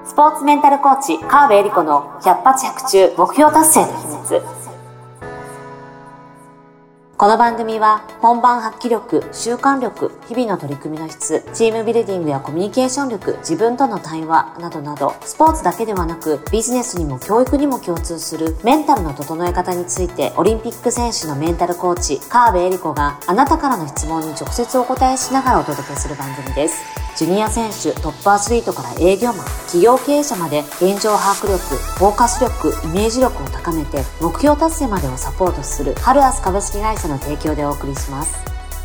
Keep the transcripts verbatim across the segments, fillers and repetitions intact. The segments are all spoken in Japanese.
スポーツメンタルコーチ川辺恵理子の百発百中目標達成の秘密。この番組は本番発揮力、習慣力、日々の取り組みの質、チームビルディングやコミュニケーション力、自分との対話などなど、スポーツだけではなくビジネスにも教育にも共通するメンタルの整え方について、オリンピック選手のメンタルコーチ川辺恵理子があなたからの質問に直接お答えしながらお届けする番組です。ジュニア選手、トップアスリートから営業マン、企業経営者まで現状把握力、フォーカス力、イメージ力を高めて目標達成までをサポートするハルアス株式会社の提供でお送りします。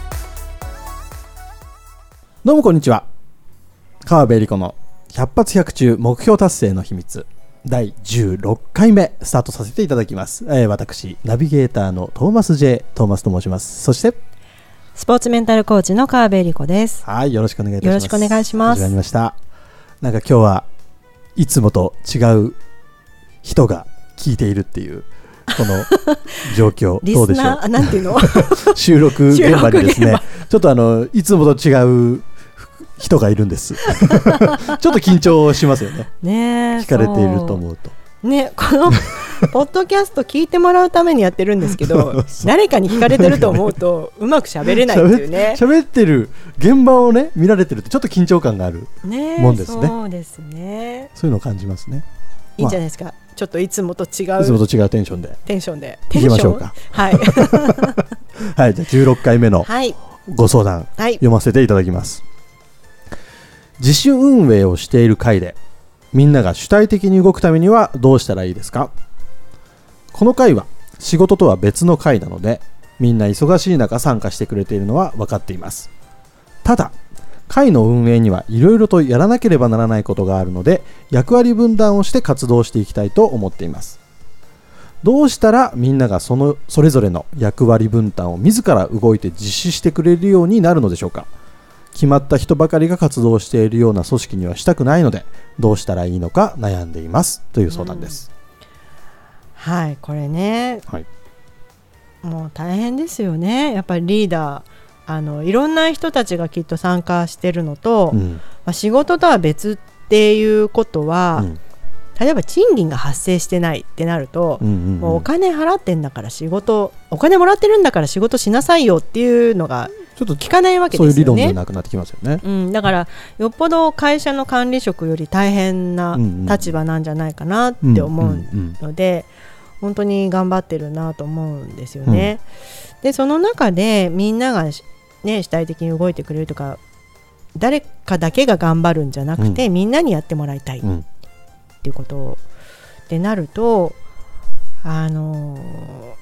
どうもこんにちは。川辺恵理子の百発百中目標達成の秘密だいじゅうろっかいめスタートさせていただきます。えー、私ナビゲーターのトーマス J トーマスと申します。そしてスポーツメンタルコーチの川辺恵理子です。 はい、よろしくお願いいたします。 よろしくお願いします。 始まりました。なんか今日はいつもと違う人が聞いているっていうこの状況どうでしょう。リスナーなんていうの収録現場にですねちょっとあのいつもと違う人がいるんですちょっと緊張しますよね。ね、聞かれていると思うとね、このポッドキャスト聞いてもらうためにやってるんですけど誰かに聞かれてると思うとうまく喋れないっていうね。 喋ってる現場をね見られてるってちょっと緊張感があるもんですね。 そうですね。 そういうのを感じますね。 いいんじゃないですか、まあ、ちょっといつもと違ういつもと違うテンションでテンションでいきましょうか。はいはい、じゃあじゅうろっかいめのご相談、はい、読ませていただきます。自主運営をしている会でみんなが主体的に動くためにはどうしたらいいですか？この会は仕事とは別の会なのでみんな忙しい中参加してくれているのは分かっています。ただ会の運営にはいろいろとやらなければならないことがあるので役割分担をして活動していきたいと思っています。どうしたらみんながそのそれぞれの役割分担を自ら動いて実施してくれるようになるのでしょうか？決まった人ばかりが活動しているような組織にはしたくないのでどうしたらいいのか悩んでいますという相談です。 うん、はい、これね、はい、もう大変ですよね。やっぱりリーダーあのいろんな人たちがきっと参加してるのと、うんまあ、仕事とは別っていうことは、うん、例えば賃金が発生してないってなると、うんうんうん、もうお金払ってんだから仕事お金もらってるんだから仕事しなさいよっていうのがちょっと聞かないわけですよね。そういう理論でなくなってきますよね。うん、だからよっぽど会社の管理職より大変な立場なんじゃないかなって思うので、本当に頑張ってるなと思うんですよね。うん、でその中でみんなが、ね、主体的に動いてくれるとか誰かだけが頑張るんじゃなくて、うん、みんなにやってもらいたいっていうことでなると、あのー、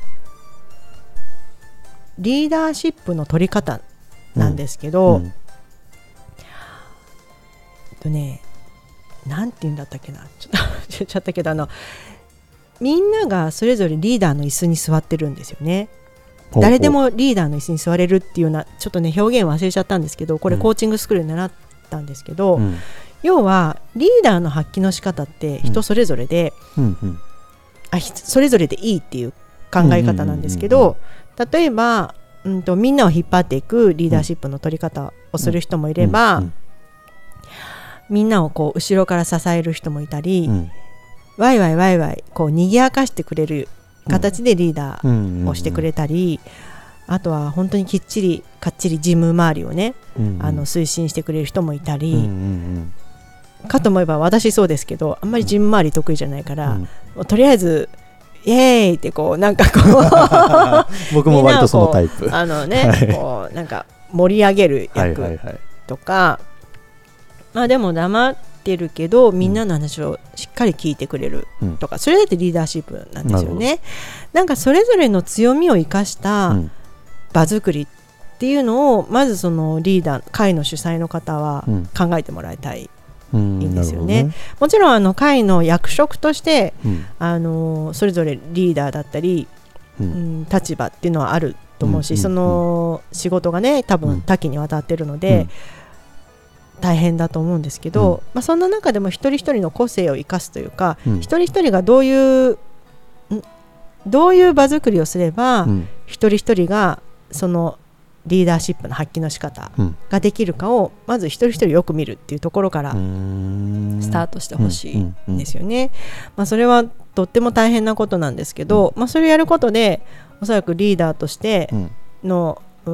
リーダーシップの取り方なんですけど、うんうん、とね、なんて言うんだったっけな、ちょっと言っちゃったけど、あのみんながそれぞれリーダーの椅子に座ってるんですよね。ほうほう、誰でもリーダーの椅子に座れるっていうようなちょっとね表現忘れちゃったんですけど、これコーチングスクールで習ったんですけど、うん、要はリーダーの発揮の仕方って人それぞれで、うんうん、あそれぞれでいいっていう考え方なんですけど、うんうんうんうん、例えば、うんと、みんなを引っ張っていくリーダーシップの取り方をする人もいれば、うんうんうん、みんなをこう後ろから支える人もいたり、うん、ワイワイワイワイこう賑やかしてくれる形でリーダーをしてくれたり、うんうんうん、あとは本当にきっちりかっちりジム周りをね、うんうん、あの推進してくれる人もいたり、うんうんうん、かと思えば私そうですけどあんまりジム周り得意じゃないから、うん、とりあえずイエーイってこうなんかこう僕も割とそのタイプあのね、はい、こうなんか盛り上げる役とか、はいはいはい、まあでも黙ってるけどみんなの話をしっかり聞いてくれるとか、うん、それだってリーダーシップなんですよね。なんかそれぞれの強みを生かした場作りっていうのをまずそのリーダー会の主催の方は考えてもらいたい、うん、いいんですよね。ね、もちろんあの会の役職として、うん、あのそれぞれリーダーだったり、うんうん、立場っていうのはあると思うし、うんうんうん、その仕事がね多分多岐にわたってるので、うん、大変だと思うんですけど、うんまあ、そんな中でも一人一人の個性を生かすというか、うん、一人一人がどういうどういう場作りをすれば、うん、一人一人がそのリーダーシップの発揮の仕方ができるかをまず一人一人よく見るっていうところからスタートしてほしいんですよね。まあ、それはとっても大変なことなんですけど、まあ、それをやることでおそらくリーダーとしての、うん、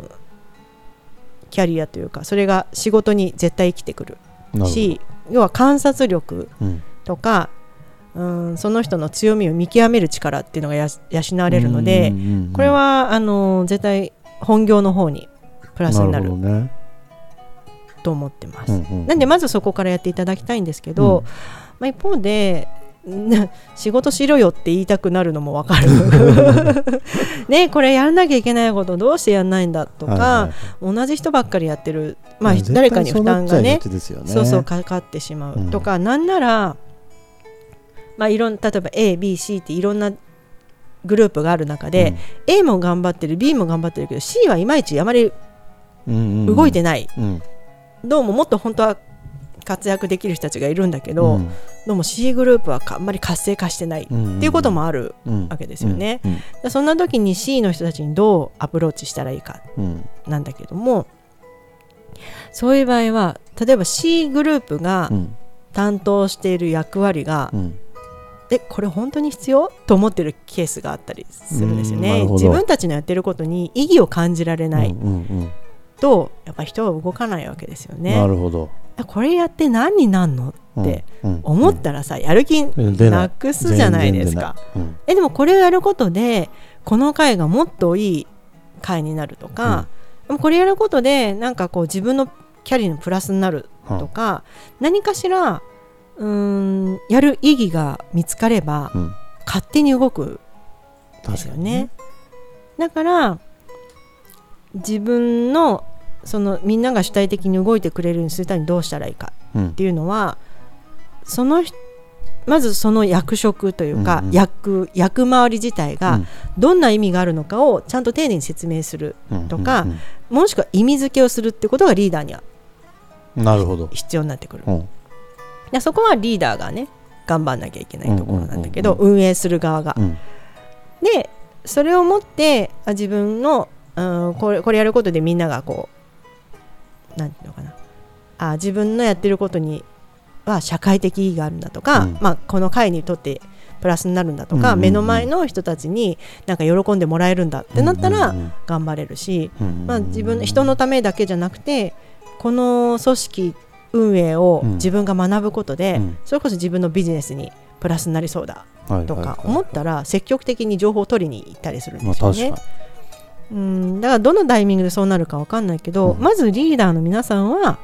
キャリアというかそれが仕事に絶対生きてくるし、要は観察力とか、うん、その人の強みを見極める力っていうのがや養われるので、これはあの絶対本業の方にプラスになると思ってます。なのでまずそこからやっていただきたいんですけど、うん、まあ、一方で仕事しろよって言いたくなるのも分かるね、これやらなきゃいけないことどうしてやらないんだとか、はいはいはい、同じ人ばっかりやってる、まあ、誰かに負担が ね, ねそうそうかかってしまうとか、うん、なんなら、まあ、いろん例えば エービーシー っていろんなグループがある中で、うん、A も頑張ってる B も頑張ってるけど C はいまいちあまり動いてない、うんうんうん、どうももっと本当は活躍できる人たちがいるんだけど、うん、どうも C グループはあんまり活性化してないっていうこともあるわけですよね、うんうんうん、そんな時に C の人たちにどうアプローチしたらいいかなんだけども、そういう場合は例えば C グループが担当している役割が、うん、でこれ本当に必要と思ってるケースがあったりするんですよね。自分たちのやってることに意義を感じられない、うんうんうん、とやっぱ人は動かないわけですよね。 なるほど。 これやって何になんのって思ったらさ、うんうん、やる気なくすじゃないですか、うん、えでもこれをやることでこの会がもっといい会になるとか、うん、でもこれやることでなんかこう自分のキャリアのプラスになるとか、うん、何かしらうーんやる意義が見つかれば、うん、勝手に動くんですよね。だから自分のそのみんなが主体的に動いてくれるようにするためにどうしたらいいかっていうのは、うん、そのまずその役職というか、うんうん、役, 役回り自体がどんな意味があるのかをちゃんと丁寧に説明するとか、うんうんうん、もしくは意味付けをするってことがリーダーにはなるほど必要になってくる、うん、でそこはリーダーがね頑張んなきゃいけないところなんだけど、うんうんうんうん、運営する側が、うん、でそれをもってあ自分の、うん、これ、これやることでみんながこうなんていうのかなあ自分のやってることには社会的意義があるんだとか、うんまあ、この会にとってプラスになるんだとか、うんうんうん、目の前の人たちになんか喜んでもらえるんだってなったら頑張れるし、うんうんうんまあ、自分人のためだけじゃなくてこの組織運営を自分が学ぶことで、うん、それこそ自分のビジネスにプラスになりそうだとか思ったら積極的に情報を取りに行ったりするんですよね、まあうん、だからどのタイミングでそうなるか分かんないけど、うん、まずリーダーの皆さんは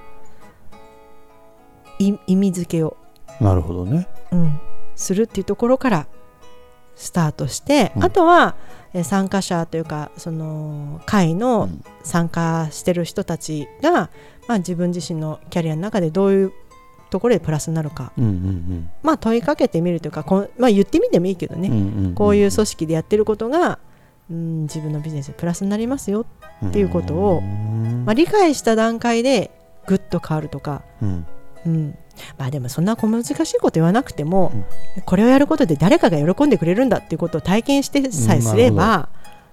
意味付けをなるほどね、 うん、するっていうところからスタートして、うん、あとはえ参加者というかその会の参加してる人たちが、まあ、自分自身のキャリアの中でどういうところでプラスになるか、うんうんうんまあ、問いかけてみるというかこ、まあ、言ってみてもいいけどね、うんうんうん、こういう組織でやってることがうん、自分のビジネスでプラスになりますよっていうことを、まあ、理解した段階でぐっと変わるとか、うんうんまあ、でもそんな小難しいこと言わなくても、うん、これをやることで誰かが喜んでくれるんだっていうことを体験してさえすれば、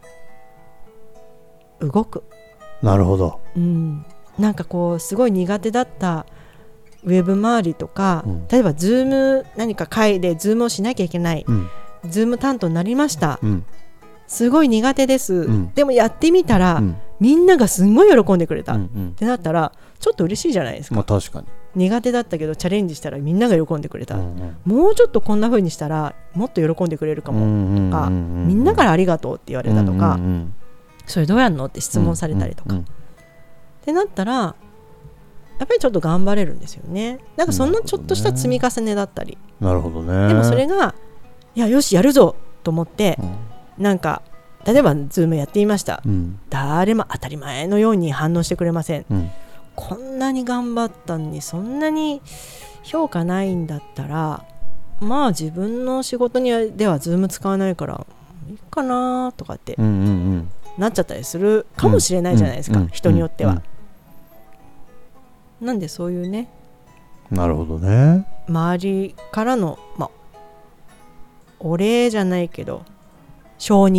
うん、動く。 なるほど、 うん、なんかこうすごい苦手だったウェブ周りとか、うん、例えばズーム何か会でズームをしなきゃいけない、うん、ズーム担当になりました、うんすごい苦手です、うん、でもやってみたら、うん、みんながすごい喜んでくれた、うんうん、ってなったらちょっと嬉しいじゃないですか、 まあ、確かに苦手だったけどチャレンジしたらみんなが喜んでくれた、うんうん、もうちょっとこんな風にしたらもっと喜んでくれるかもとか、うんうんうんうん、みんなからありがとうって言われたとか、うんうんうん、それどうやんのって質問されたりとか、うんうんうん、ってなったらやっぱりちょっと頑張れるんですよね。なんかそんなちょっとした積み重ねだったり、 なるほどね。 でもそれがいやよしやるぞと思って、うんなんか例えばズームやってみました、うん、誰も当たり前のように反応してくれません、うん、こんなに頑張ったのにそんなに評価ないんだったらまあ自分の仕事にではズーム使わないからいいかなとかって、うんうんうん、なっちゃったりするかもしれないじゃないですか、うんうん、人によっては、うんうん、なんでそういうねなるほどね周りからの、まあ、お礼じゃないけど承認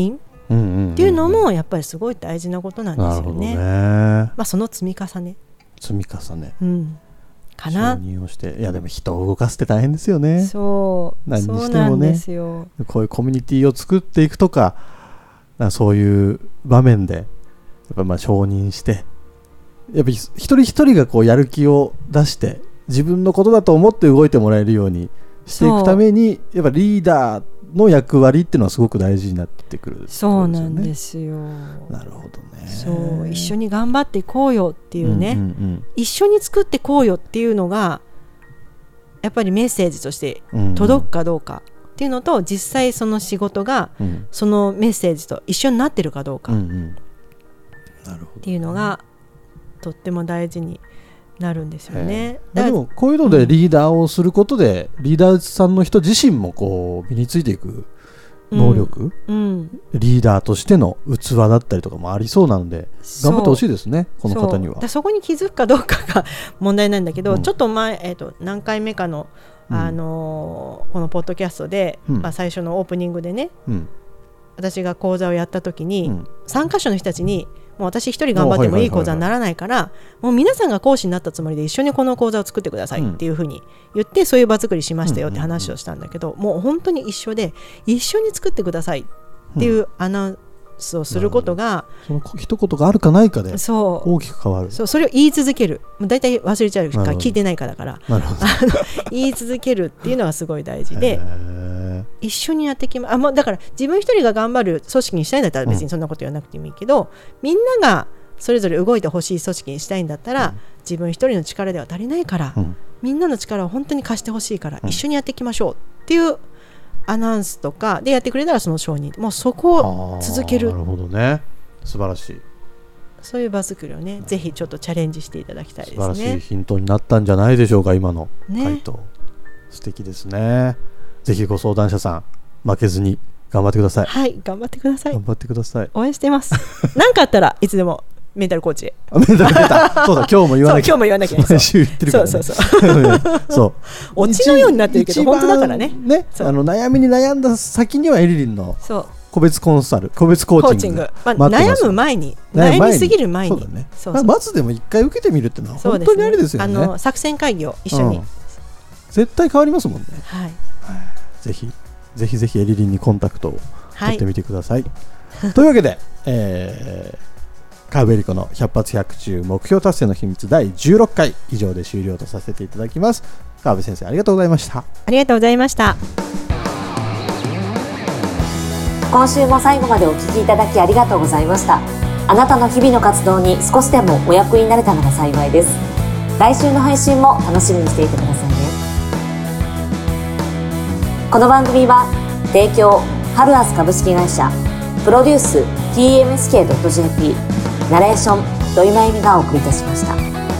っていうのもやっぱりすごい大事なことなんですよね。 まあ、その積み重ね積み重ね、 うん、かな。 承認をして、いやでも人を動かすって大変ですよね。 そう何にしてもね、 そうなんですよ。 こういうコミュニティを作っていくとか、そういう場面でやっぱまあ承認して、やっぱり一人一人がこうやる気を出して自分のことだと思って動いてもらえるようにしていくために、やっぱリーダーの役割っていうのはすごく大事になってくる、ね、 そうなんですよ。 なるほどね。 そう一緒に頑張っていこうよっていうね、 うんうんうん、 一緒に作っていこうよっていうのがやっぱりメッセージとして届くかどうかっていうのと、うんうん、実際その仕事がそのメッセージと一緒になってるかどうかっていうのがとっても大事になるんですよね。 でもこういうのでリーダーをすることで、うん、リーダーさんの人自身もこう身についていく能力、うんうん、リーダーとしての器だったりとかもありそうなので頑張ってほしいですね、この方には。 そ, そこに気づくかどうかが問題なんだけど、うん、ちょっと前、えーと、何回目かの、あのー、このポッドキャストで、うん、まあ、最初のオープニングでね、うん、私が講座をやった時に、うん、参加者の人たちにもう私一人頑張ってもいい講座にならないから、もう皆さんが講師になったつもりで一緒にこの講座を作ってくださいっていうふうに言って、そういう場作りしましたよって話をしたんだけど、もう本当に一緒で一緒に作ってくださいっていうアナウンスをすることが、 その一言があるかないかで大きく変わる。 そう、それを言い続ける。だいたい忘れちゃうから聞いてないからだからあの言い続けるっていうのがすごい大事で、一緒にやってきまあ、もうだから自分一人が頑張る組織にしたいんだったら別にそんなこと言わなくてもいいけど、うん、みんながそれぞれ動いてほしい組織にしたいんだったら、うん、自分一人の力では足りないから、うん、みんなの力を本当に貸してほしいから、うん、一緒にやっていきましょうっていうアナウンスとかでやってくれたらその承認、もうそこを続ける。 なるほどね、素晴らしい。 そういう場作りをね、ぜひちょっとチャレンジしていただきたいですね。 素晴らしいヒントになったんじゃないでしょうか、今の回答、ね、素敵ですね。ぜひご相談者さん負けずに頑張ってください。 はい、頑張ってください。 頑張ってください。 応援してます何かあったらいつでもメンタルコーチへ。 メンタル出たそうだ、今日も言わなきゃ。 今日も言わなきゃ。 毎週言ってるからね。 そうそうそうそうオチのようになってるけど本当だからね。 ね、あの悩みに悩んだ先にはエリリンの個別コンサル、個別コーチング、 まあ、悩む前に、悩みすぎる前に、 そうだね、そうそう、まずでも一回受けてみるってのは本当にあれですよね。 あの作戦会議を一緒に、うん、 絶対変わりますもんね。 はい、 ぜひぜひぜひエリリンにコンタクトを取ってみてください、はい、というわけで、えー、川辺理子の百発百中目標達成の秘密だいじゅうろっかい以上で終了とさせていただきます。川辺先生、ありがとうございました。 ありがとうございました。 今週も最後までお聞きいただきありがとうございました。あなたの日々の活動に少しでもお役になれたなら幸いです。来週の配信も楽しみにしていてくださいね。この番組は提供ハルアス株式会社、プロデュース ティーエムエスケードットジェーピー、ナレーション土井真由美がお送りいたしました。